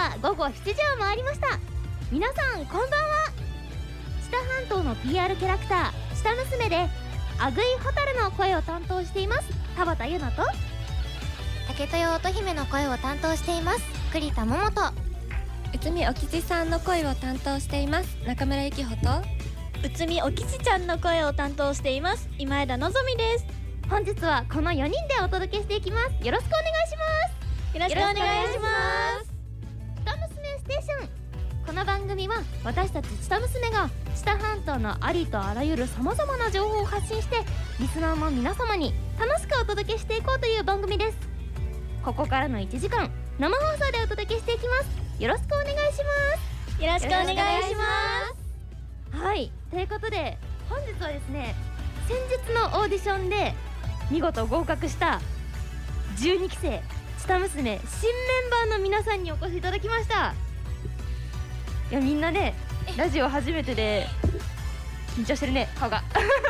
は午後7時を回りました。皆さんこんばんは。知多半島の PR キャラクター知多娘であぐいホタルの声を担当しています田畑優奈と、 竹豊乙姫の声を担当しています栗田桃と、 内海おきちさんの声を担当しています中村ゆきほと、 内海おきちちゃんの声を担当しています今枝のぞみです。 本日はこの4人でお届けしていきます。よろしくお願いします。 よろしくお願いします。 知多娘ステーション。この番組は私たち知多娘が知多半島のありとあらゆるさまざまな情報を発信してリスナーの皆様に楽しくお届けしていこうという番組です。ここからの1時間生放送でお届けしていきます。よろしくお願いします。 よろしくお願いします。 はい、ということで本日はですね、先日のオーディションで見事合格した12期生知多娘新メンバーの皆さんにお越しいただきました。いやみんなねラジオ初めてで緊張してるね、顔が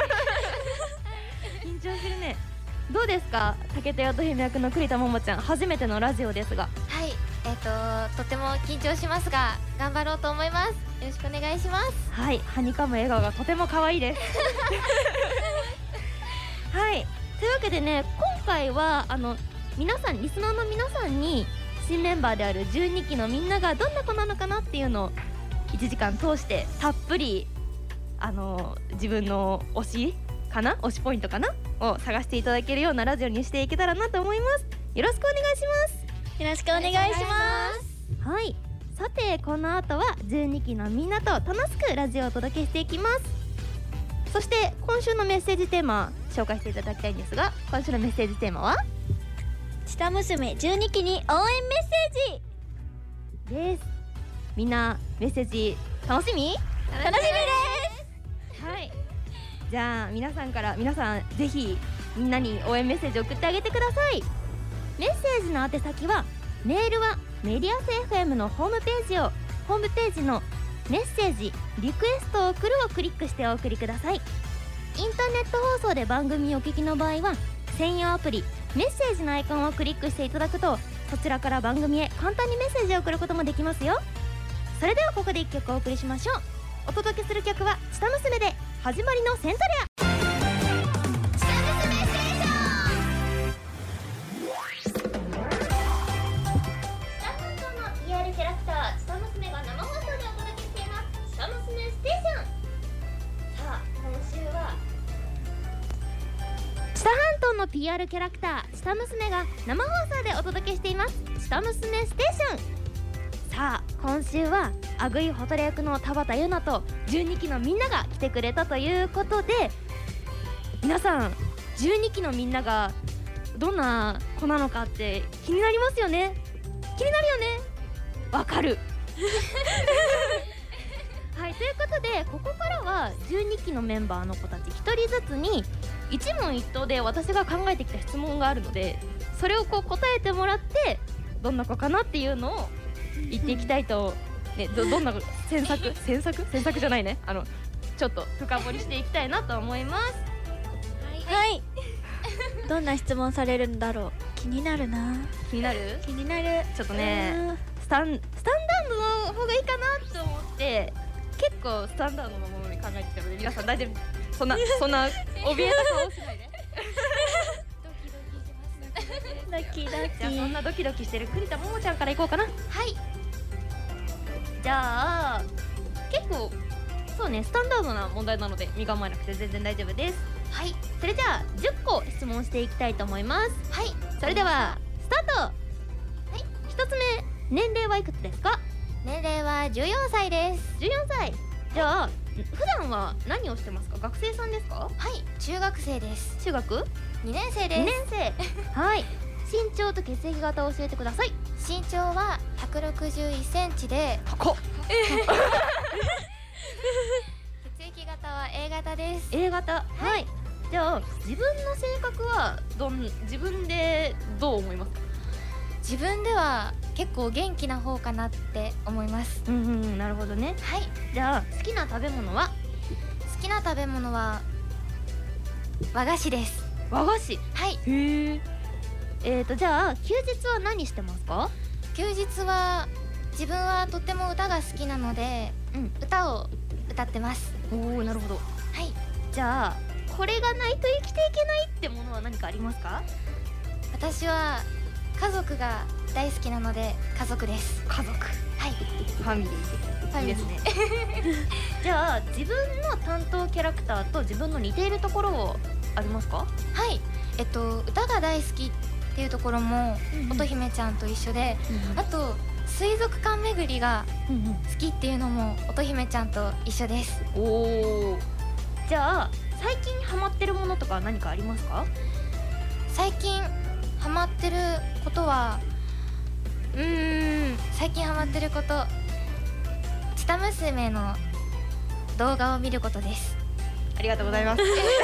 緊張してるね。どうですか竹豊乙姫役の栗田桃ちゃん、初めてのラジオですが。 はい、とても緊張しますが頑張ろうと思います。よろしくお願いします。 はい、はにかむ笑顔がとても可愛いですはい、というわけでね、今回は皆さんリスナーの皆さんに新メンバーである12期のみんながどんな子なのかなっていうのを1時間通してたっぷり自分の推しポイントかなを探していただけるようなラジオにしていけたらなと思います。よろしくお願いします。 よろしくお願いします。 はい、さてこの後は12期のみんなと楽しくラジオをお届けしていきます。そして今週のメッセージテーマ紹介していただきたいんですが、今週のメッセージテーマは知多娘12期に応援メッセージです。みんなメッセージ楽しみ楽しみです。 はい、じゃあ皆さんぜひみんなに応援メッセージを送ってあげてください。メッセージの宛先はメールはメディアス FM のホームページのメッセージリクエストを送るをクリックしてお送りください。インターネット放送で番組をお聞きの場合は専用アプリメッセージのアイコンをクリックしていただくとそちらから番組へ簡単にメッセージを送ることもできますよ。それではここで1曲お送りしましょう。お届けする曲は知多娘で始まりのセントレア。知多半島の PR キャラクター知多娘が生放送でお届けしています知多娘ステーション。さあ今週はあぐいホタル役の田畑優奈と12期のみんなが来てくれたということで、皆さん12期のみんながどんな子なのかって気になりますよね。気になるよね。わかるはい、ということでここからは12期のメンバーの子たち1人ずつに一問一答で私が考えてきた質問があるので、それを答えてもらってどんな子かなっていうのを言っていきたいと、どんな詮索じゃないね、ちょっと深掘りしていきたいなと思います。 はいどんな質問されるんだろう、気になるな。 気になるちょっとね、スタンダードの方がいいかなと思って結構スタンダードのものに考えてきたので、皆さん大丈夫、そんな怯えた顔しないでドキドキ。 じゃあそんなドキドキしてる栗田桃ちゃんからいこうかな。 はい、 じゃあ結構そうね、スタンダードな問題なので身構えなくて全然大丈夫です。 はい、 それじゃあ10個質問していきたいと思います。 はい、 それではスタート。はい、1つ目、年齢はいくつですか？ 年齢は14歳です。 14歳。じゃあ普段は何をしてますか？学生さんですか？ はい、中学生です。 中学 2年生です。 2年生はい、身長と血液型を教えてください。 身長は161センチで高っ血液型は A 型です。 A 型、はい、じゃあ自分の性格は自分でどう思いますか？ 自分では結構元気な方かなって思います。 なるほどね。 はい、 じゃあ好きな食べ物は？ 好きな食べ物は和菓子です。 和菓子。 はい。 へえ。じゃあ休日は何してますか？ 休日は自分はとっても歌が好きなので、歌を歌ってます。 おお、なるほど。 はい。 じゃあこれがないと生きていけないってものは何かありますか？ 私は家族が大好きなので家族です。 家族。 はい。 ファミリー。いいですね。じゃあ自分の担当キャラクターと自分の似ているところはありますか？ はい。歌が大好きっていうところも乙姫ちゃんと一緒で、あと水族館巡りが好きっていうのも乙姫ちゃんと一緒です。 おお。じゃあ最近ハマってるものとか何かありますか？ 最近ハマってることは最近ハマってること、チタ娘の動画を見ることです。 ありがとうございます。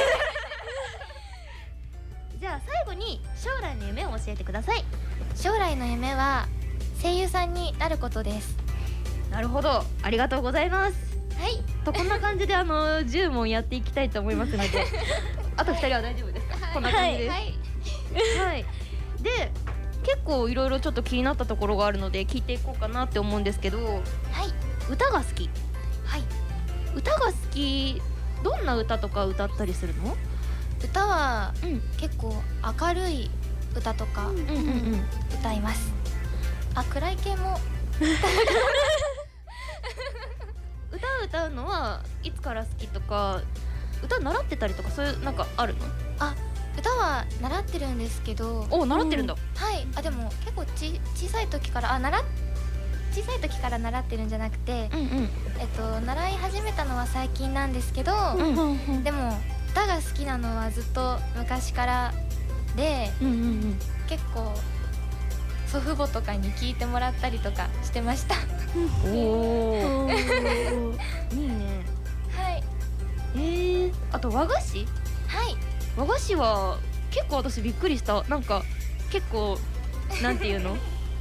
じゃあ最後に将来の夢を教えてください。 将来の夢は声優さんになることです。 なるほど、ありがとうございます。 はい。 とこんな感じで10問やっていきたいと思いますので、あと2人は大丈夫ですか？こんな感じです。 はい。 はい。で、結構いろいろちょっと気になったところがあるので聞いていこうかなって思うんですけど、 はい。 歌が好き。 はい。 歌が好き。どんな歌とか歌ったりするの？ 歌は、結構明るい歌とか歌います。暗い系も歌うのはいつから好きとか、歌習ってたりとかそういうなんかあるの？ 歌は習ってるんですけど。 習ってるんだ。 はい。でも結構小さい時から小さい時から習ってるんじゃなくて、習い始めたのは最近なんですけど、でも歌が好きなのはずっと昔からで、結構祖父母とかに聞いてもらったりとかしてました。 おお。いいね。 はい。 あと和菓子？ はい。 和菓子は結構私びっくりした。なんか結構なんていうの？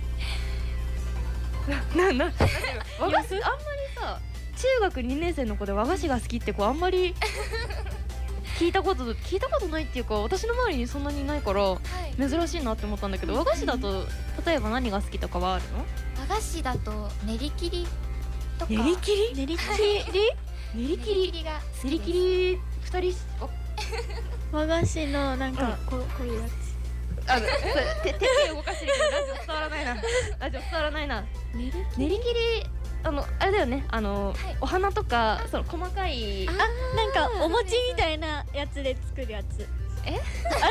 和菓子あんまりさ、中学2年生の子で和菓子が好きって子あんまり聞いたことないっていうか、私の周りにそんなにいないから珍しいなって思ったんだけど、和菓子だと例えば何が好きとかはあるの？ 和菓子だと練り切りとか。 練り切り？ 練り切りが好きです。 2人和菓子のなんかこういうやつ。 手動かしてるけどラジオ伝わらないな。練り切り、あれだよね、お花とかその細かい、 なんかお餅みたいなやつで作るやつ。 あれ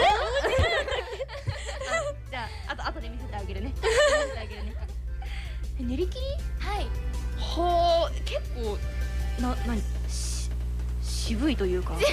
じゃあ後で見せてあげるね。練り切り？ はい。 はあ、結構渋いというか。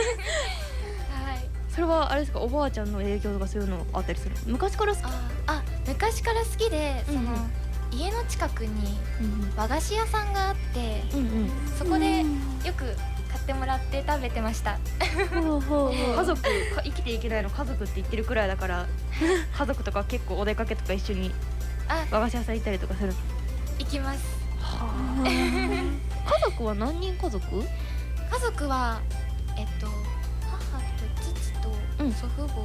それはあれですか、おばあちゃんの影響とかそういうのあったりする？昔から好き？ 昔から好きで、その家の近くに和菓子屋さんがあって、そこでよく買ってもらって食べてました。 家族、生きていけないの家族って言ってるくらいだから、家族とか結構お出かけとか一緒に和菓子屋さん行ったりとかする？ 行きます。 家族は何人家族？ 家族は母と父と祖父母と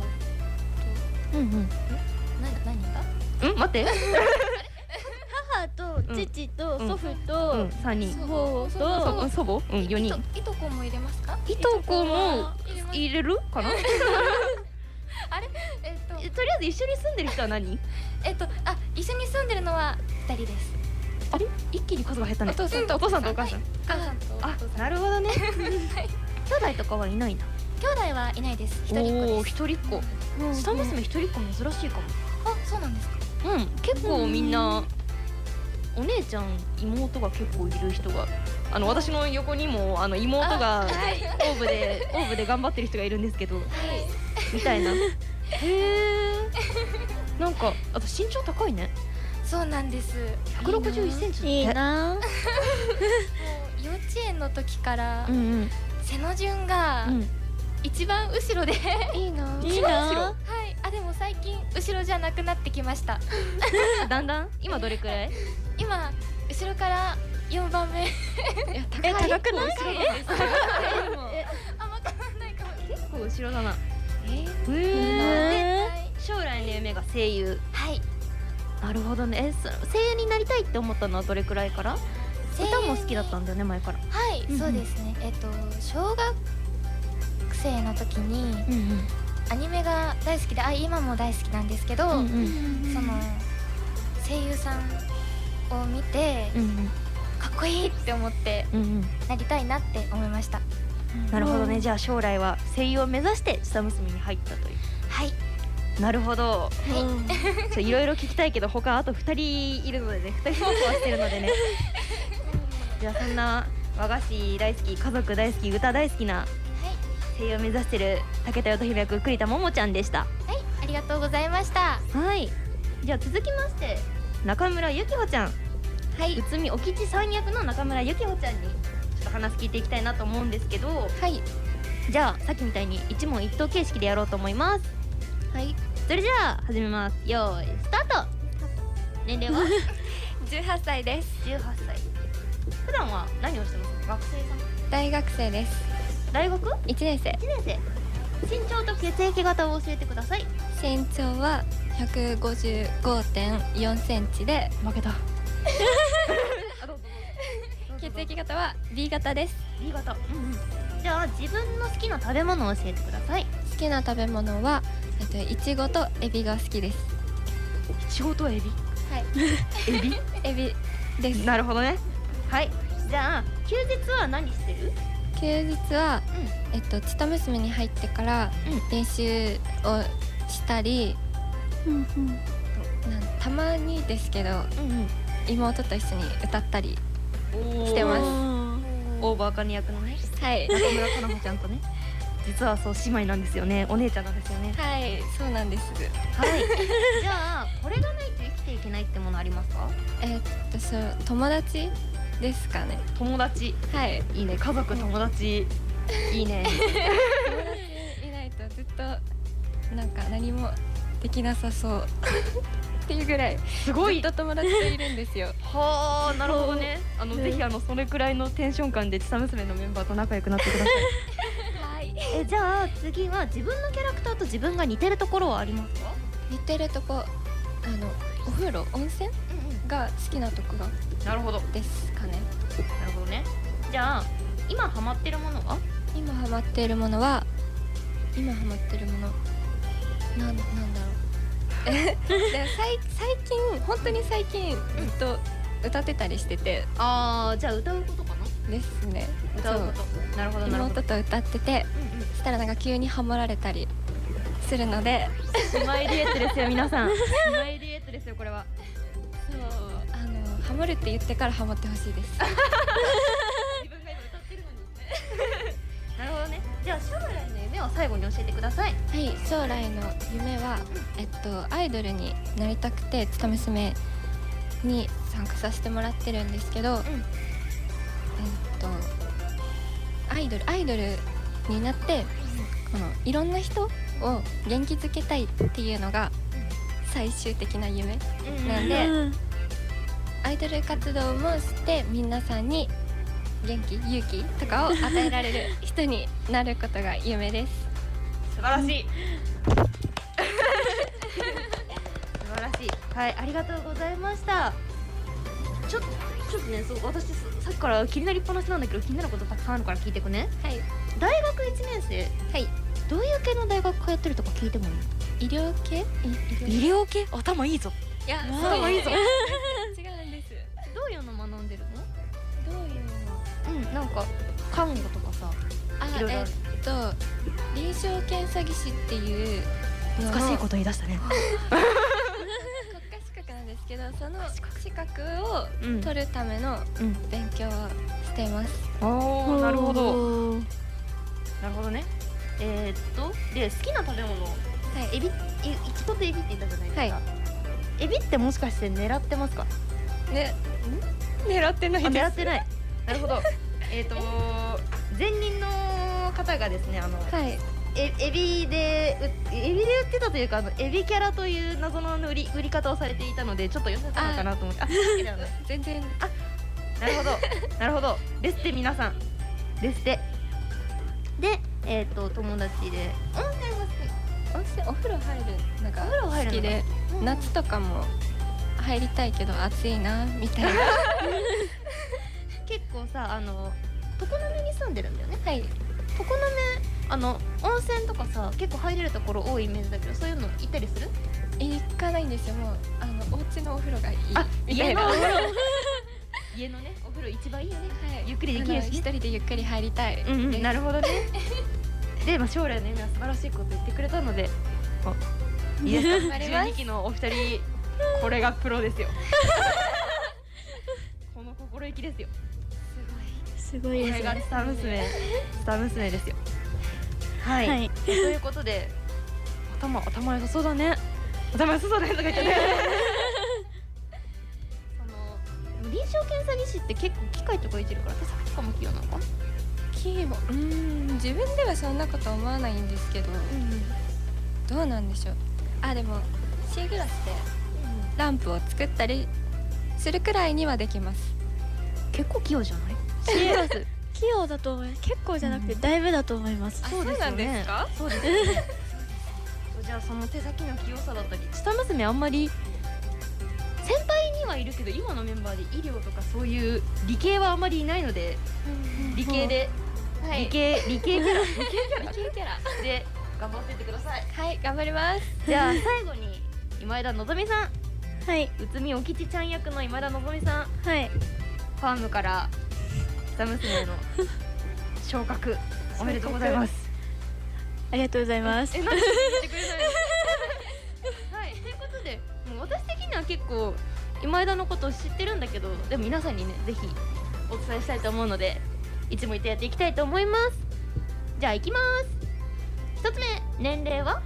何だ？ 待って。 母と父と祖父と 3人。 祖母と祖母4人。 いとこも入れますか？ いとこも入れるかな？ あれ？ とりあえず一緒に住んでる人は何？ 一緒に住んでるのは2人です。 あれ？一気に数が減ったね。お父さんとお母さん。なるほどね。兄弟とかはいないんだ。 兄弟はいないです。一人っ子です。 一人っ子。下娘一人っ子珍しいかも。 そうなんですか？ 結構みんなお姉ちゃん妹が結構いる人が、私の横にも妹がオーブで頑張ってる人がいるんですけど、みたいな。へえ。なんかあと身長高いね。 そうなんです。 161センチ。 いいな。 幼稚園の時から背の順が一番後ろで。 いいな。 一番後ろ。 はい。でも最近後ろじゃなくなってきました。 だんだん？今どれくらい？ 今後ろから4番目。 高くない？ あんま変わんないかも。 結構後ろだな。 いいな。 将来の夢が声優。 はい。 なるほどね。声優になりたいって思ったのはどれくらいから？歌も好きだったんだよね、前から。 はい、そうですね。小学生の時にアニメが大好きで、今も大好きなんですけど、その声優さんを見てかっこいいって思ってなりたいなって思いました。 なるほどね。じゃあ将来は声優を目指して下娘に入ったという。 はい。 なるほど。いろいろ聞きたいけど他あと2人いるのでね、2人もはしてるのでね。じゃあそんな和菓子大好き、家族大好き、歌大好きな声優を目指してる武田乙姫役栗田桃ちゃんでした。 はい、ありがとうございました。 はい。じゃあ続きまして中村ゆきほちゃん。はい。内海お吉さん役の中村ゆきほちゃんにちょっと話聞いていきたいなと思うんですけど。はい。じゃあさっきみたいに一問一答形式でやろうと思います。はい。それじゃあ始めます。よーいスタート。年齢は 18歳です。 18歳。普段は何をしてますか？学生さん？ 大学生です。 大学 1年生。 1年生。身長と血液型を教えてください。 身長は155.4 センチで負けた。 血液型は B 型です。 B 型。じゃあ自分の好きな食べ物を教えてください。 好きな食べ物はいちごとエビが好きです。 いちごとエビ？ はい。 エビ？ エビです。 なるほどね。はい。じゃあ休日は何してる？ 休日はちと娘に入ってから練習をしたり、たまにですけど妹と一緒に歌ったりしてます。 大場あかね役のね。 はい。 中村かなほちゃんとね。実はそう姉妹なんですよね。お姉ちゃんなんですよね。 はい、そうなんです。 はい。じゃあこれがないと生きていけないってものありますか？ そう友達ですかね。 友達。はい。いいね。家族、友達。いいね。 友達いないとずっとなんか何もできなさそうっていうぐらいすごいずっと友達といるんですよ。 はあ、なるほどね。ぜひそれくらいのテンション感でちさ娘のメンバーと仲良くなってください。はい。じゃあ次は自分のキャラクターと自分が似てるところはありますか？ 似てるとこお風呂温泉が好きなところ。 なるほどですかね。 なるほどね。じゃあ今ハマってるものは？ 今ハマってるものなんだろう。で最近本当に最近ずっと歌ってたりしてて。 じゃあ歌うことかな？ ですね。 歌うこと。なるほどなるほど。 妹と歌ってて、そしたらなんか急にハモられたりするので。 姉妹デュエットですよ皆さん。姉妹デュエットですよこれは。 ハモるって言ってからハモってほしいです。 自分が今歌ってるのに。なるほどね。じゃあ将来の夢を最後に教えてください。 はい、将来の夢はアイドルになりたくてつた娘に参加させてもらってるんですけど、アイドルになっていろんな人を元気づけたいっていうのが最終的な夢なんで、アイドル活動もして皆さんに元気、勇気とかを与えられる人になることが夢です。 素晴らしい。素晴らしい。はい、ありがとうございました。ちょっとね、私さっきから気になりっぱなしなんだけど気になることたくさんあるから聞いてくね。 はい。 大学1年生。はい。どういう系の大学通ってるとか聞いてもいい？医療系？医療系？頭いいぞ。 いや、 頭いいぞ。 違うんです。 どういうの学んでるの？ どういうの？ なんか看護とかさ。 臨床検査技師っていう難しいこと言い出したね。 国家資格なんですけど、その資格を取るための勉強をしています。 なるほど。なるほどね。で好きな食べ物、エビ、いちごとエビって言ったじゃないですか。エビってもしかして狙ってますか？ 狙ってないです。 狙ってない。なるほど。前任の方がですね、エビで売ってたというか、エビキャラという謎の売り方をされていたので、ちょっと良さそうかなと思って。 全然。 なるほど、なるほど。ですって皆さん。ですって。で、友達で温泉が好き。 お風呂入るのが好きで、夏とかも入りたいけど暑いなみたいな結構さ常滑に住んでるんだよね。 はい。 常滑温泉とかさ結構入れるところ多いイメージだけど、そういうの行ったりする？ 行かないんですよ。もうお家のお風呂がいいみた家いな。 のお風呂家のねお風呂一番いいよね、 はい、 ゆっくりできるし、 一人でゆっくり入りたいです。 なるほどねで、将来の夢は素晴らしいこと言ってくれたので、いいですか？ 頑張ります。 12期のお二人、これがプロですよこの心意気ですよ。 すごいですこれがね。 スター娘ですよ。はい、 はい。 ということで頭良さそうだね。頭良さそうだねとか言ってね臨床検査技師って結構機械とかいじるから手先とかも器用なのかな？ キーも自分ではそんなこと思わないんですけど、どうなんでしょう。でもシーグラスでランプを作ったりするくらいにはできます。 結構器用じゃない？シーグラス器用だと思います。結構じゃなくてだいぶだと思います。 そうですよね。 そうなんですか？ そうですよねじゃあその手先の器用さだったり、下娘あんまり先輩にはいるけど今のメンバーで医療とかそういう理系はあんまりいないので、理系で、理系キャラで頑張っていってください。 はい、頑張ります。 じゃあ最後に今枝のぞみさん、 はい内海おきちちゃん役の今枝のぞみさん、 はい。 ファームから下娘の昇格おめでとうございます。 ありがとうございます。 なんで言ってくれないのはい、ということでもう私的には結構今枝のことを知ってるんだけど、でも皆さんにねぜひお伝えしたいと思うのでいつも言ってやっていきたいと思います。じゃあ行きます。一つ目、年齢は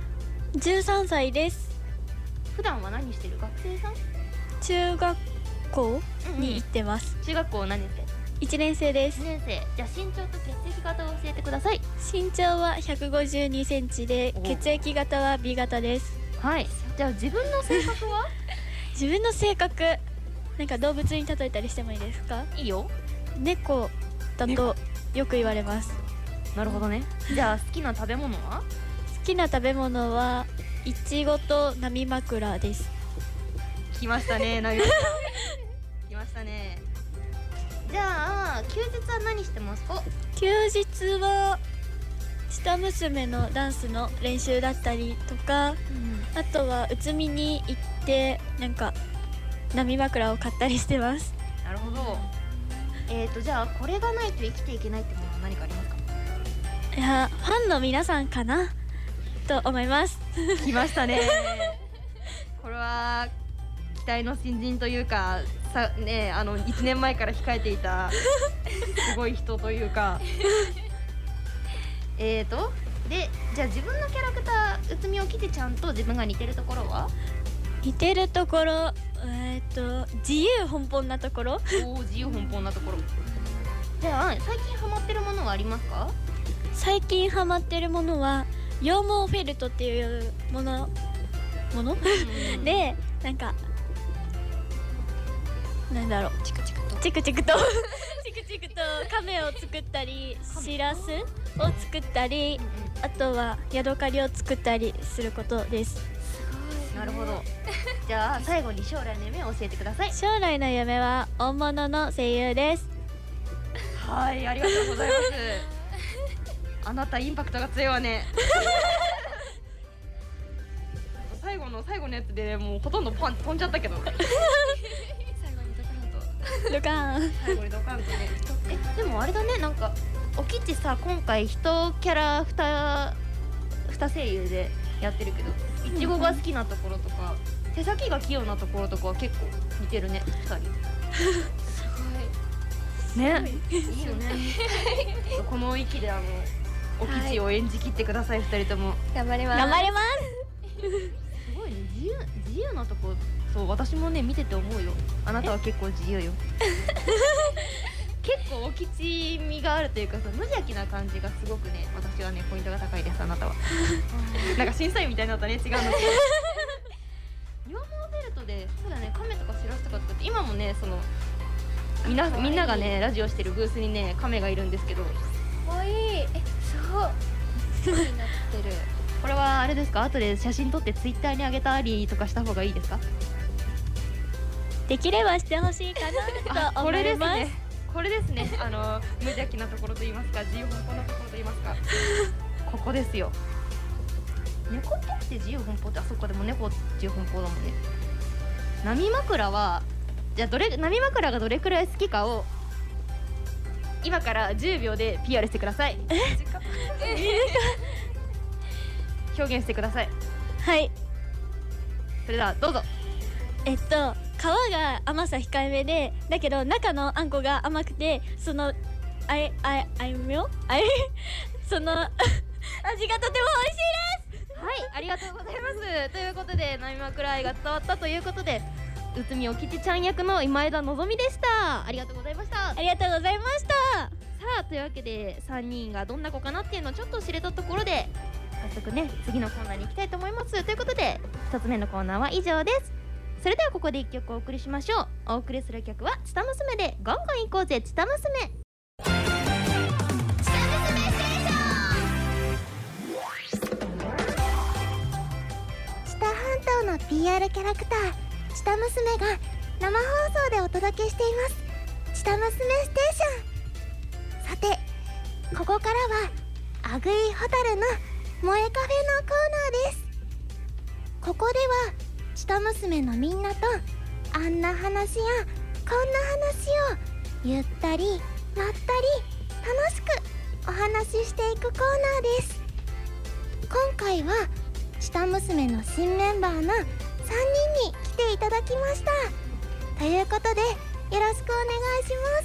13歳です。 普段は何してる？学生さん？ 中学校に行ってます。 中学校何年 1年生で生？ す。 1年生。じゃあ身長と血液型を教えてください。 身長は152センチでお血液型は B 型です。 はい。じゃあ自分の性格は自分の性格、なんか動物に例えたりしてもいいですか？ いいよ。 猫だとよく言われます。 なるほどね。じゃあ好きな食べ物は？ 好きな食べ物はいちごと波枕です。 来ましたね、波枕来ましたね。じゃあ休日は何してますか？ 休日は下娘のダンスの練習だったりとか、あとは宇都宮に行ってなんか波枕を買ったりしてます。 なるほど。じゃあこれがないと生きていけないってものは何かありますか？ いや、ファンの皆さんかなと思います。 来ましたねこれは期待の新人というかさね、1年前から控えていたすごい人というかで、じゃあ自分のキャラクター、内海おきてちゃんと自分が似てるところは？ 似てるところ、自由奔放なところ。 自由奔放なところ。じゃあ最近ハマってるものはありますか？ 最近ハマってるものは羊毛フェルトっていうもので、なんかなんだろう、チクチクとチクチクと亀を作ったり、しらすを作ったり、あとはヤドカリを作ったりすることです。 なるほど。じゃあ最後に将来の夢を教えてください。 将来の夢は大物の声優です。 はい、ありがとうございますあなたインパクトが強いわね最後のやつでもうほとんどパン飛んじゃったけど最後にドカーン最後にドカンとねでもあれだね、なんかおきちさ今回1キャラ2声優でやってるけど、いちごが好きなところとか、手先が器用なところとかは結構似てるね、2人ね、いいよねこの息でおきちを演じきってください、2人とも頑張ります。 頑張りますすごいね、自由なとこ、そう私もね見てて思うよ。あなたは結構自由よ結構おきちみがあるというかさ、無邪気な感じがすごくね、私はねポイントが高いです。あなたはなんか審査員みたいになったね、違うんだけど羊毛ベルトで、そうだね、亀とかしらすとか作って、今もねそのみんながねラジオしてるブースにね亀がいるんですけど、 かわいい。そうになってる。 これはあれですか、後で写真撮ってツイッターに上げたりとかした方がいいですか？ できればしてほしいかなと思います。 これですね無邪気なところと言いますか、自由奔放なところと言いますかここですよ。猫って自由奔放って、あそこでも猫自由奔放だもんね。波枕はじゃあ波枕がどれくらい好きかを今から10秒で PR してください。表現してください。 はい、 それではどうぞ。 皮が甘さ控えめで、だけど中のあんこが甘くて、そのその味がとても美味しいです。 はい、ありがとうございます。ということで波枕愛が伝わったということで、内海おきちちゃん役の今枝のぞみでした。ありがとうございました。 ありがとうございました。 さあ、というわけで3人がどんな子かなっていうのをちょっと知れたところで、早速ね次のコーナーに行きたいと思います。ということで1つ目のコーナーは以上です。それではここで1曲お送りしましょう。お送りする曲はチタ娘でガンガン行こうぜチタ娘。 知多半島の PR キャラクターチタ娘が生放送でお届けしていますチタ娘ステーション。さてここからはアグイホタルの萌えカフェのコーナーです。ここではチタ娘のみんなとあんな話やこんな話をゆったりまったり楽しくお話ししていくコーナーです。今回はチタ娘の新メンバーの3人に来ていただきました。ということでよろしくお願いします。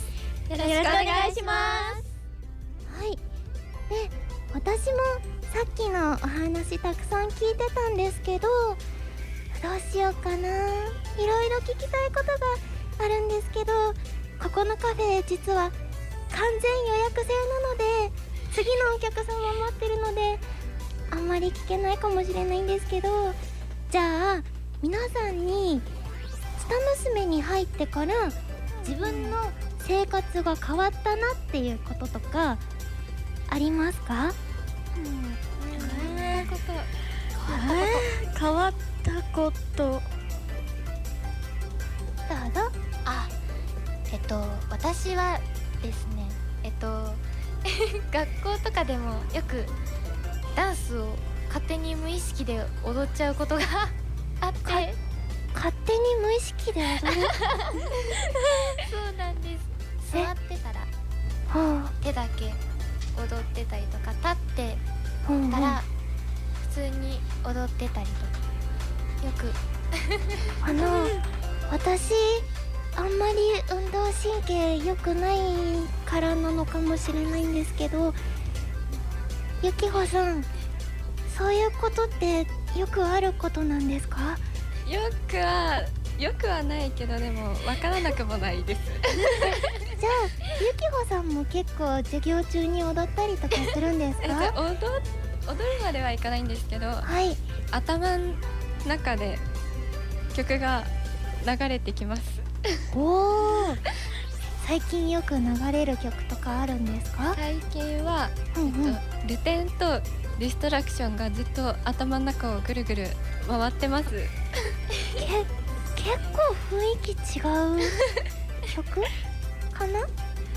よろしくお願いします。 はい。で、私もさっきのお話たくさん聞いてたんですけど、どうしようかな、いろいろ聞きたいことがあるんですけど、ここのカフェ実は完全予約制なので次のお客様待ってるのであんまり聞けないかもしれないんですけど、じゃあ皆さんにチタ娘に入ってから自分の生活が変わったなっていうこととかありますか？ 変わったこと。 どうぞ。 私はですね学校とかでもよくダンスを勝手に無意識で踊っちゃうことがあって勝手に無意識で踊るそうなんです。座ってたら手だけ踊ってたりとか、立ってたら普通に踊ってたりとかよく私あんまり運動神経良くないからなのかもしれないんですけど、ゆきほさん、そういうことってよくあることなんですか？ よくはないけど、でも分からなくもないですじゃあゆきほさんも結構授業中に踊ったりとかするんですか？ 踊るまではいかないんですけど、 はい、 頭の中で曲が流れてきますおー最近よく流れる曲とかあるんですか？ 最近は、ルテンとディストラクションがずっと頭の中をぐるぐる回ってます結構雰囲気違う曲かな？ なんか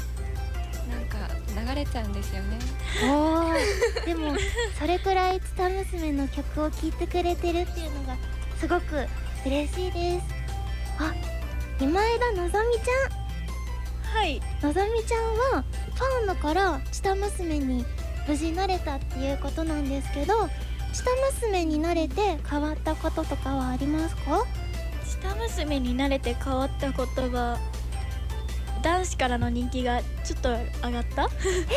流れちゃうんですよね。 おーでもそれくらいチタ娘の曲を聴いてくれてるっていうのがすごく嬉しいです。あ、今枝のぞみちゃん。 はい、 のぞみちゃんはファンだからチタ娘に無事なれたっていうことなんですけど、チタ娘になれて変わったこととかはありますか？ チタ娘になれて変わったことは、男子からの人気がちょっと上がった。そうなんですか？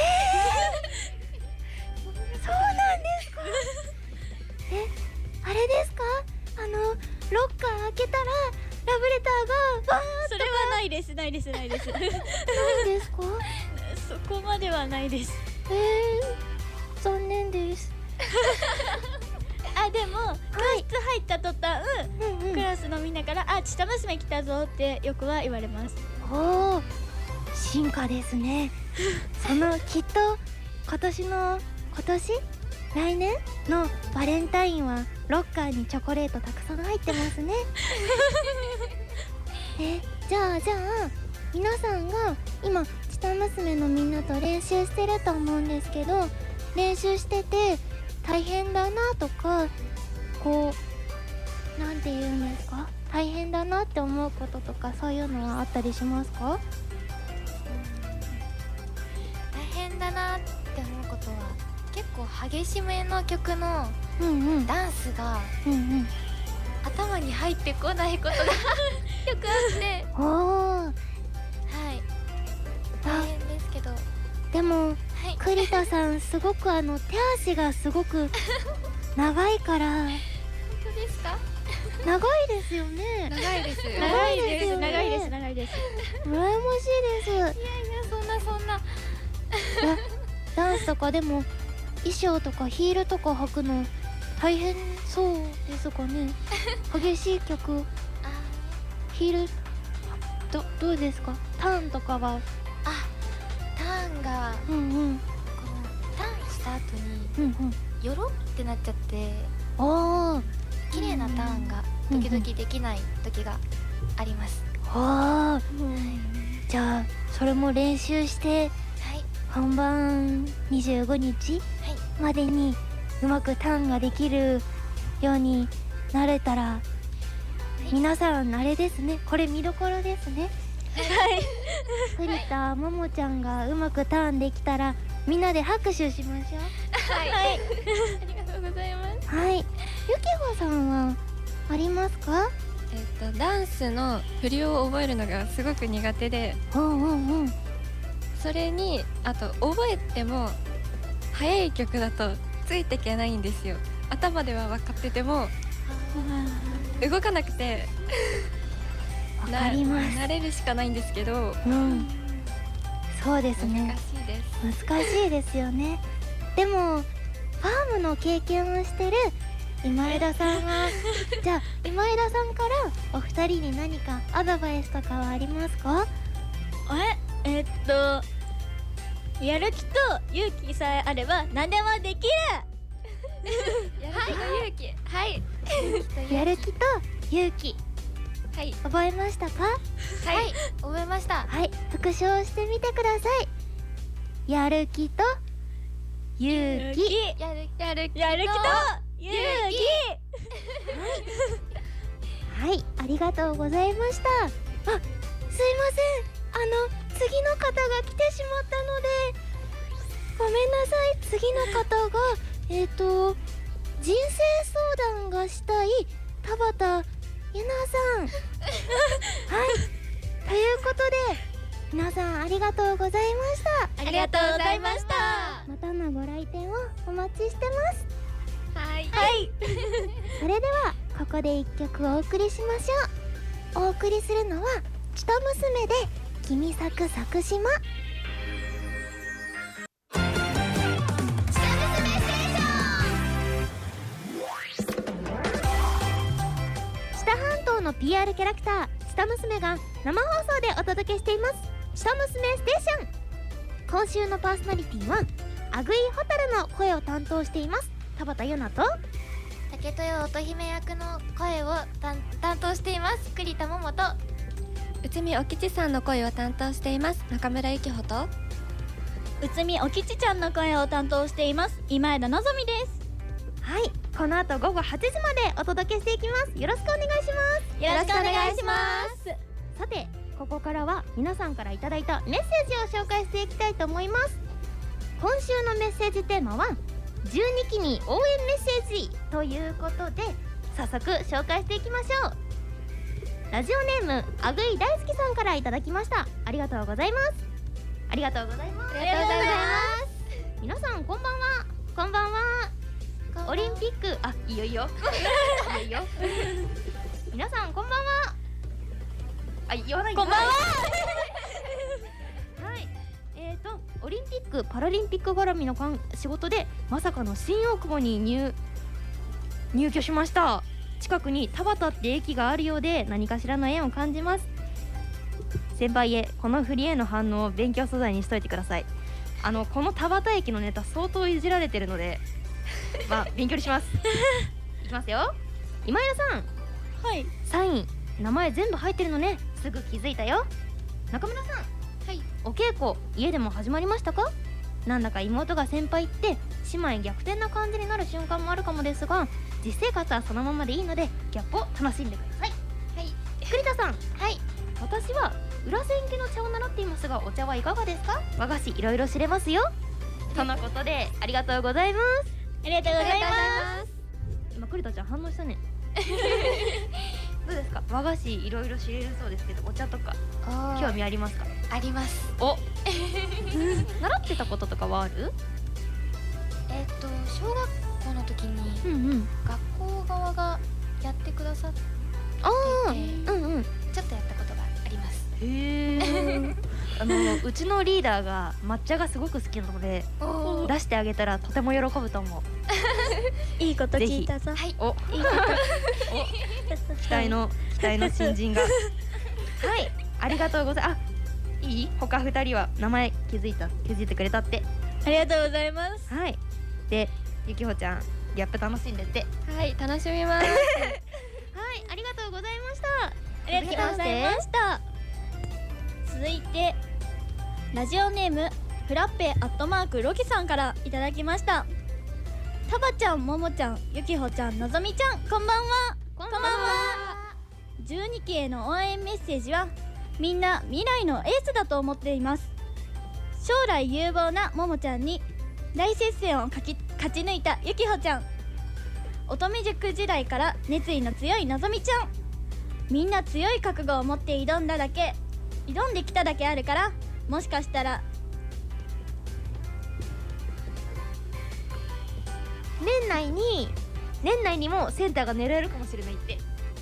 あれですか？ロッカー開けたらラブレターがわーっとか。 それはないですないですないですないですか？ そこまではないです。 残念ですでも、教室入った途端、クラスのみんなからチタ娘来たぞってよくは言われます。 おー、進化ですねきっと来年のバレンタインはロッカーにチョコレートたくさん入ってますねじゃあ皆さんが今チタ娘のみんなと練習してると思うんですけど、練習してて大変だなとか、こうなんて言うんですか、大変だなって思うこととか、そういうのはあったりしますか？ 大変だなって思うことは、結構激しめの曲のダンスが頭に入ってこないことがよくあっておー、 はい、大変ですけど、 でもはい、 栗田さんすごく手足がすごく長いから本当ですか？ 長いですよね。 長いです長いです、 よね長いです、長いです。 羨ましいです。 いやいや、そんなダンスとかでも衣装とかヒールとか履くの大変そうですかね。激しい曲、ヒールどうですか？ターンとかは。 ターンがうんうんこのターンした後にうんよろってなっちゃってうん。 綺麗なターンが時々できない時があります。 ああ、じゃあそれも練習してはい本番25日はいまでにうまくターンができるようになれたら、皆さんあれですね、これ見どころですね。栗田ももちゃんがうまくターンできたらみんなで拍手しましょう。 はい、ありがとうございます。 はい、ゆきほさんはありますか？ ダンスの振りを覚えるのがすごく苦手で、 うんそれにあと覚えても速い曲だとついていけないんですよ。頭では分かってても動かなくてわかります。 慣れるしかないんですけど、 そうです難ね、 しいです。 難しいですよね。でもファームの経験をしてる今枝さんはじゃあ今枝さんからお二人に何かアドバイスとかはありますか？ やる気と勇気さえあれば何でもできる。 やる気と勇気、はいやる気と勇気はい覚えましたか？ はい覚えました。 はい、復唱してみてください。やる気と勇気。 やるやる気と勇はい、ありがとうございました。あ、すいません、次の方が来てしまったのでごめんなさい。次の方が人生相談がしたい田畑ゆなさんはいということで皆さんありがとうございました。 ありがとうございました。 またのご来店をお待ちしてます。 はいそれではここで一曲お送りしましょう。お送りするのはちと娘で君咲く咲島。知多半島の PR キャラクターちと娘が生放送でお届けしていますちと娘ステーション。今週のパーソナリティはあぐいホタルの声を担当しています田畑ゆなと、 竹豊乙姫役の声を担当しています栗田桃と、 内海おきちさんの声を担当しています中村ゆきほと、 内海おきちちゃんの声を担当しています今枝のぞみです。 はい、この後午後8時までお届けしていきます。よろしくお願いします。 よろしくお願いします。 さてここからは皆さんからいただいたメッセージを紹介していきたいと思います。今週のメッセージテーマは12期に応援メッセージということで早速紹介していきましょう。ラジオネームあぐい大好きさんからいただきました。ありがとうございます。ありがとうございます。 ありがとうございます。 皆さんこんばんは。こんばんは。オリンピックいいよいいよいいよ皆さんこんばんは。言わないでください。はい、オリンピックパラリンピック絡みの仕事でまさかの新大久保に入居しました。近くに田畑って駅があるようで何かしらの縁を感じます。先輩へこの振りへの反応を勉強素材にしといてください。この田畑駅のネタ相当いじられてるので勉強にしますいきますよ。今枝さん、 はい、 サイン名前全部入ってるのね。 すぐ気づいたよ。中村さん、 はい。 お稽古家でも始まりましたか？なんだか妹が先輩って姉妹逆転な感じになる瞬間もあるかもですが、実生活はそのままでいいのでギャップを楽しんでください。 はい。 栗田さん、 はい。 私は裏千家の茶を習っていますが、お茶はいかがですか？和菓子いろいろ知れますよ。とのことで、ありがとうございます。 ありがとうございます。 今栗田ちゃん反応したね。どうですか？和菓子いろいろ知れるそうですけど、お茶とか興味ありますか？ あります。 お習ってたこととかはある？ 小学校の時に学校側がやってくださってて、ちょっとやったことがあります。 へえ。うちのリーダーが抹茶がすごく好きなので、出してあげたらとても喜ぶと思う。 いいこと聞いたぞ。 はい。 お、 いいこと期待の新人が。はい、ありがとうございます。あ、いい？他2人は名前気づいてくれたって。 ありがとうございます。 はい。で、ゆきほちゃんギャップ楽しんでって。 はい、楽しみます。 はい、ありがとうございました。 ありがとうございました。続いてラジオネームフラッペ@ロキさんからいただきました。タバちゃん、ももちゃん、ゆきほちゃん、のぞみちゃん、こんばんは。 こんばんは。12期への応援メッセージは、みんな未来のエースだと思っています。将来有望なももちゃんに大接戦を勝ち抜いたゆきほちゃん、乙女塾時代から熱意の強いのぞみちゃん、みんな強い覚悟を持って挑んできただけあるから、もしかしたら年内にもセンターが狙えるかもしれないって。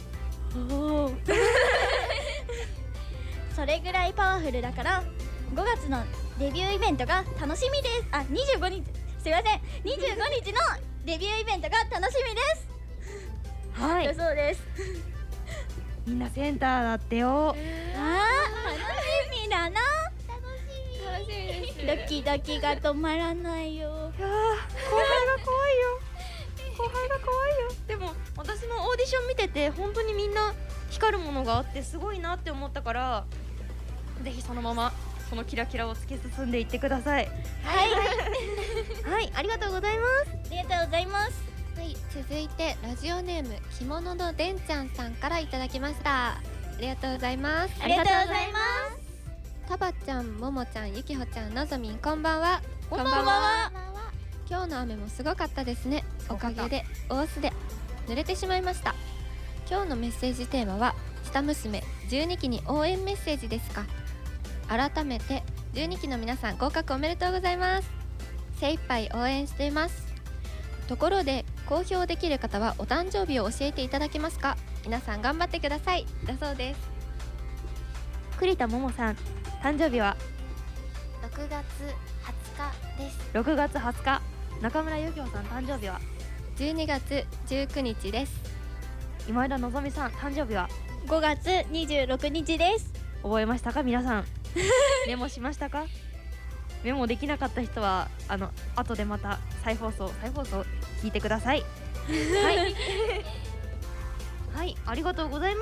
それぐらいパワフルだから、5月のデビューイベントが楽しみです。あ、25日、すいません、25日のデビューイベントが楽しみです。 はい、 だそうです。 みんなセンターだってよ。 楽しみだな。 楽しみです。 ドキドキが止まらないよ。 いやー、後輩が怖いよ。でも私もオーディション見てて本当にみんな光るものがあってすごいなって思ったから、ぜひそのままそのキラキラを突き進んでいってください。はい、ありがとうございます。 ありがとうございます。 はい、続いてラジオネーム着物のでんちゃんさんからいただきました。ありがとうございます。 ありがとうございます。 タバちゃん、ももちゃん、ゆきほちゃん、のぞみん、こんばんは。 こんばんは。 今日の雨もすごかったですね。おかげで大須で濡れてしまいました。今日のメッセージテーマは下娘12期に応援メッセージですか。改めて12期の皆さん、合格おめでとうございます。精一杯応援しています。ところで公表できる方はお誕生日を教えていただけますか。皆さん頑張ってください、だそうです。 栗田桃さん、誕生日は 6月20日です。 6月20日。中村ゆきほさん、誕生日は 12月19日です。 今枝のぞみさん、誕生日は 5月26日です。 覚えましたか皆さん。メモしましたか？メモできなかった人は後でまた再放送聞いてください。はい。はい、ありがとうございます。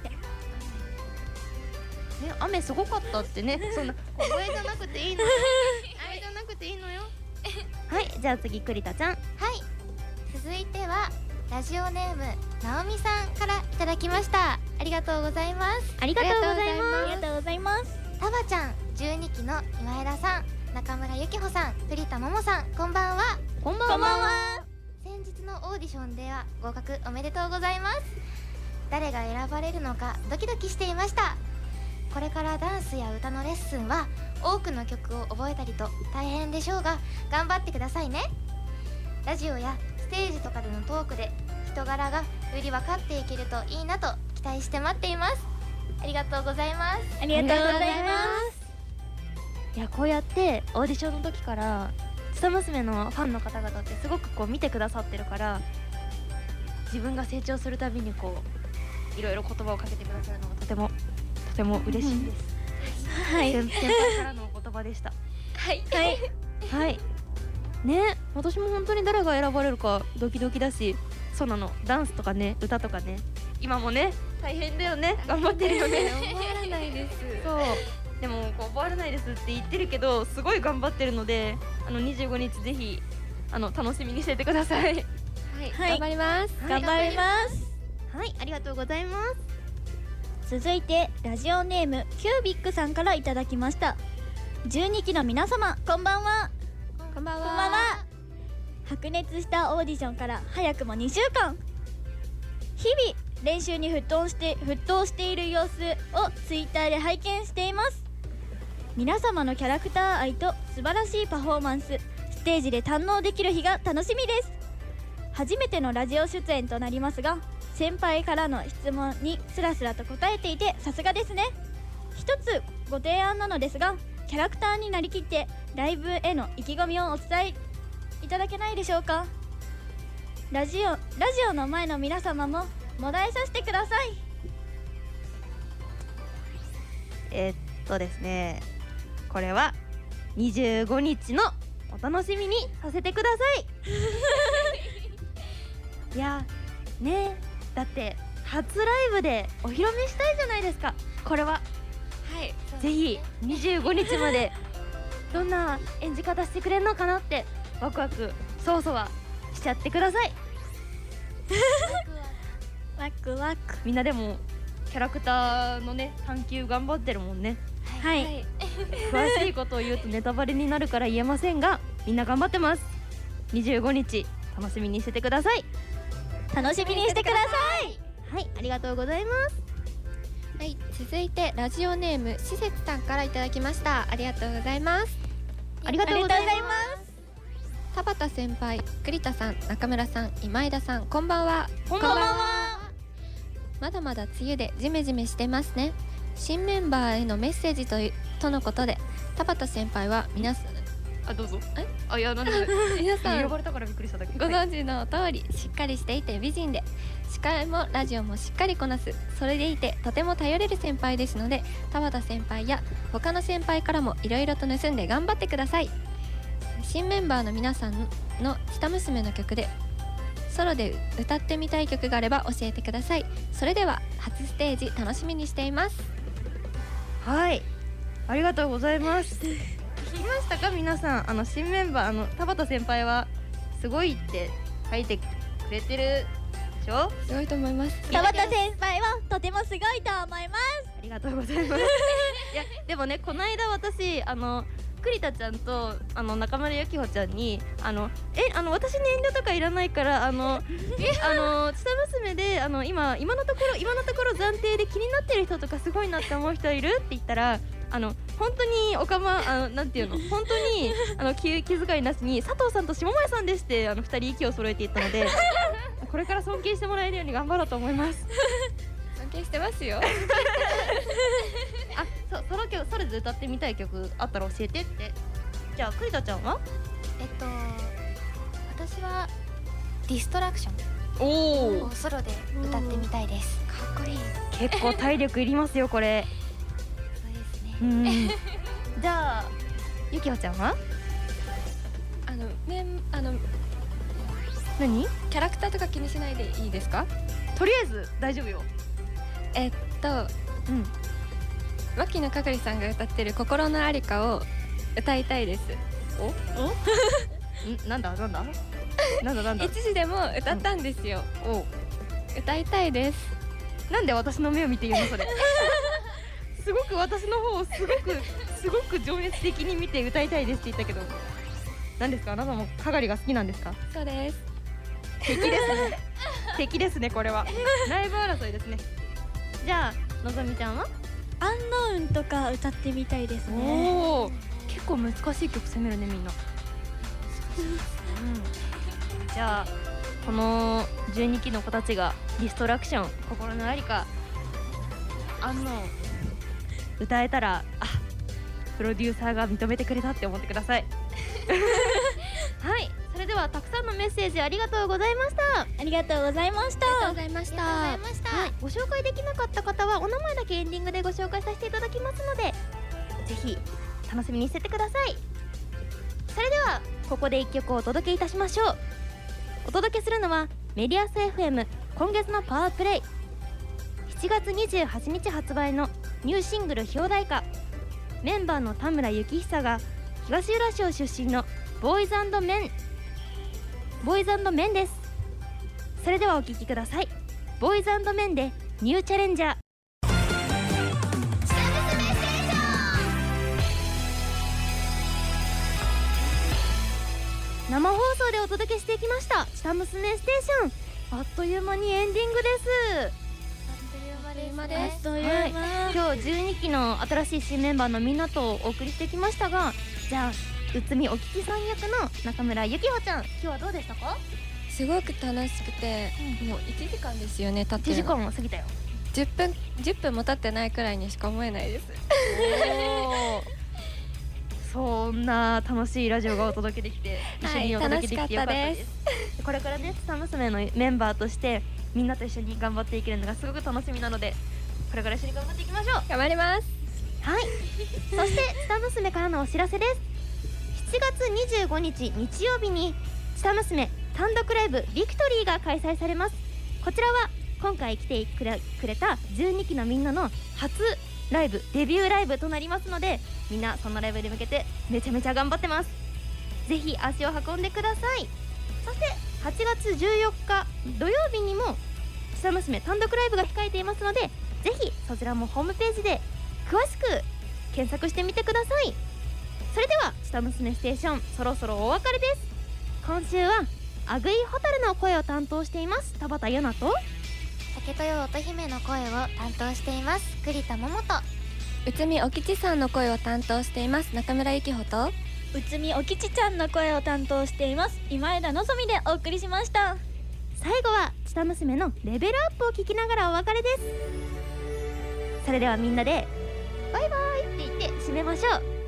ね、雨すごかったってね。そんな小声じゃなくていいのよ。雨じゃなくていいのよ。はい、じゃあ次栗田ちゃん。 はい、続いてはラジオネームなおみさんからいただきました。ありがとうございます。 ありがとうございます。 ありがとうございます。 タバちゃん、12期の今枝さん、中村ゆきほさん、栗田桃さん、こんばんは。 こんばんは。 先日のオーディションでは合格おめでとうございます。誰が選ばれるのかドキドキしていました。これからダンスや歌のレッスンは多くの曲を覚えたりと大変でしょうが、頑張ってくださいね。ラジオやステージとかでのトークで人柄がより分かっていけるといいなと期待して待っています。ありがとうございます。 ありがとうございます。 いや、こうやってオーディションの時から下娘のファンの方々ってすごくこう見てくださってるから、自分が成長するたびにこういろいろ言葉をかけてくださるのがとても嬉しいです。 はい。 先輩からのお言葉でした。 はいはい。 はい。ね、私も本当に誰が選ばれるかドキドキだし、そうなの、ダンスとかね、歌とかね、今もね大変だよね、頑張ってるよね。 思わないです。 そうでもこう覚わらないですって言ってるけどすごい頑張ってるので25日ぜひ楽しみにしててください。 はい、頑張ります。 頑張ります。 はい、ありがとうございます。 続いてラジオネームキュービックさんからいただきました。12期の皆様こんばんは。 こんばんは。 こんばんは。白熱したオーディションから早くも2週間、日々練習に沸騰している様子をツイッターで拝見しています。皆様のキャラクター愛と素晴らしいパフォーマンス、ステージで堪能できる日が楽しみです。初めてのラジオ出演となりますが、先輩からの質問にスラスラと答えていてさすがですね。一つご提案なのですが、キャラクターになりきってライブへの意気込みをお伝えいただけないでしょうか。ラジオの前の皆様ももらえさせてください。 ですね、これは25日のお楽しみにさせてください。いやね、だって初ライブでお披露目したいじゃないですか。これははい、 ぜひ25日までどんな演じ方してくれるのかなってワクワクそわそわしちゃってください。 ワクワク。 みんなでもキャラクターのね探求頑張ってるもんね。 はい、 はい、 詳しいことを言うとネタバレになるから言えませんが、みんな頑張ってます。25日楽しみにしててください。 楽しみにしてください。 はい、ありがとうございます。 はい、続いてラジオネームしせつさんからいただきました。ありがとうございます。 ありがとうございます。 田畑先輩、栗田さん、中村さん、今枝さん、こんばんは。 こんばんは。 まだまだ梅雨でジメジメしてますね。新メンバーへのメッセージとのことで、田畑先輩は皆さん、 あ、どうぞ。 いや、なんで皆さん呼ばれたからびっくりしただけ。 ご存知の通りしっかりしていて美人で、司会もラジオもしっかりこなす、それでいてとても頼れる先輩ですので、田畑先輩や他の先輩からもいろいろと盗んで頑張ってください。新メンバーの皆さんの下娘の曲でソロで歌ってみたい曲があれば教えてください。それでは初ステージ楽しみにしています。 はい、ありがとうございます。聞きましたか皆さん。新メンバー田畑先輩はすごいって書いてくれてるでしょ。 すごいと思います。 田畑先輩はとてもすごいと思います。 ありがとうございます。いやでもね、この間私栗田ちゃんと中村ゆきほちゃんに私に遠慮とかいらないから下娘で今のところ暫定で気になってる人とかすごいなって思う人いるって言ったら、本当になんていうの、本当に気遣いなしに佐藤さんと下前さんですって2人息を揃えていったのでこれから尊敬してもらえるように頑張ろうと思います。 尊敬してますよ。 その曲、それで歌ってみたい曲あったら教えてって。じゃあ栗田ちゃんは？ 私はディストラクショおンをソロで歌ってみたいです。かっこいい。 結構体力いりますよこれ。 そうですね。 じゃあゆきほちゃんは？何？ キャラクターとか気にしないでいいですか？ とりあえず大丈夫よ。 牧野かかりさんが歌ってる心のありかを歌いたいです。 なんだ一時でも歌ったんですよ。歌いたいです。 なんで私の目を見て言うのそれ。すごく私の方をすごく情熱的に見て歌いたいですって言ったけど、何ですか？あなたもかがりが好きなんですか？ そうです。 敵ですね。敵ですねこれは。ライブ争いですね。じゃあのぞみちゃんは？ アンノウンとか歌ってみたいですね。 結構難しい曲攻めるねみんな。じゃあこの12期の子たちがディストラクション、心のありか、アンノウン歌えたら、プロデューサーが認めてくれたって思ってください。はい、それではたくさんのメッセージありがとうございました。 ありがとうございました。 ご紹介できなかった方はお名前だけエンディングでご紹介させていただきますので、ぜひ楽しみにしててください。それではここで1曲をお届けいたしましょう。お届けするのはメディアス FM 今月のパワープレイ。 7月28日発売のニューシングル表題歌。メンバーの田村幸久が東浦町出身のボーイズ&メンです。それではお聴きください。ボーイズ&メンでニューチャレンジャー。生放送でお届けしてきましたチタ娘ステーション。あっという間にエンディングです。今日12期の新しい新メンバーのみんなとお送りしてきましたが、じゃあ内海おきちさん役の中村ゆきほちゃん、今日はどうでしたか？ すごく楽しくて、もう1時間ですよね、経ってるの。1 時間も過ぎたよ。 10分も経ってないくらいにしか思えないです。 そんな楽しいラジオがお届けできて、一緒にお届けできてよかったです。これからね、チタ娘のメンバーとしてみんなと一緒に頑張っていけるのがすごく楽しみなので、これから一緒に頑張っていきましょう。 頑張ります。 はい。そしてチタ娘からのお知らせです。7月25日日曜日にチタ娘単独ライブビクトリーが開催されます。こちらは今回来てくれた12期のみんなの初ライブ、デビューライブとなりますので、みんなそのライブに向けてめちゃめちゃ頑張ってます。ぜひ足を運んでください。そして8月14日土曜日にもチタ娘単独ライブが控えていますので、ぜひそちらもホームページで詳しく検索してみてください。それではチタ娘ステーション、そろそろお別れです。今週はアグイホタルの声を担当しています田畑優奈と、 竹豊乙姫の声を担当しています栗田桃と、 内海おきちさんの声を担当しています中村ゆきほと、 内海おきちちゃんの声を担当しています今枝のぞみでお送りしました。 最後はチタ娘のレベルアップを聞きながらお別れです。それではみんなでバイバイって言って締めましょう。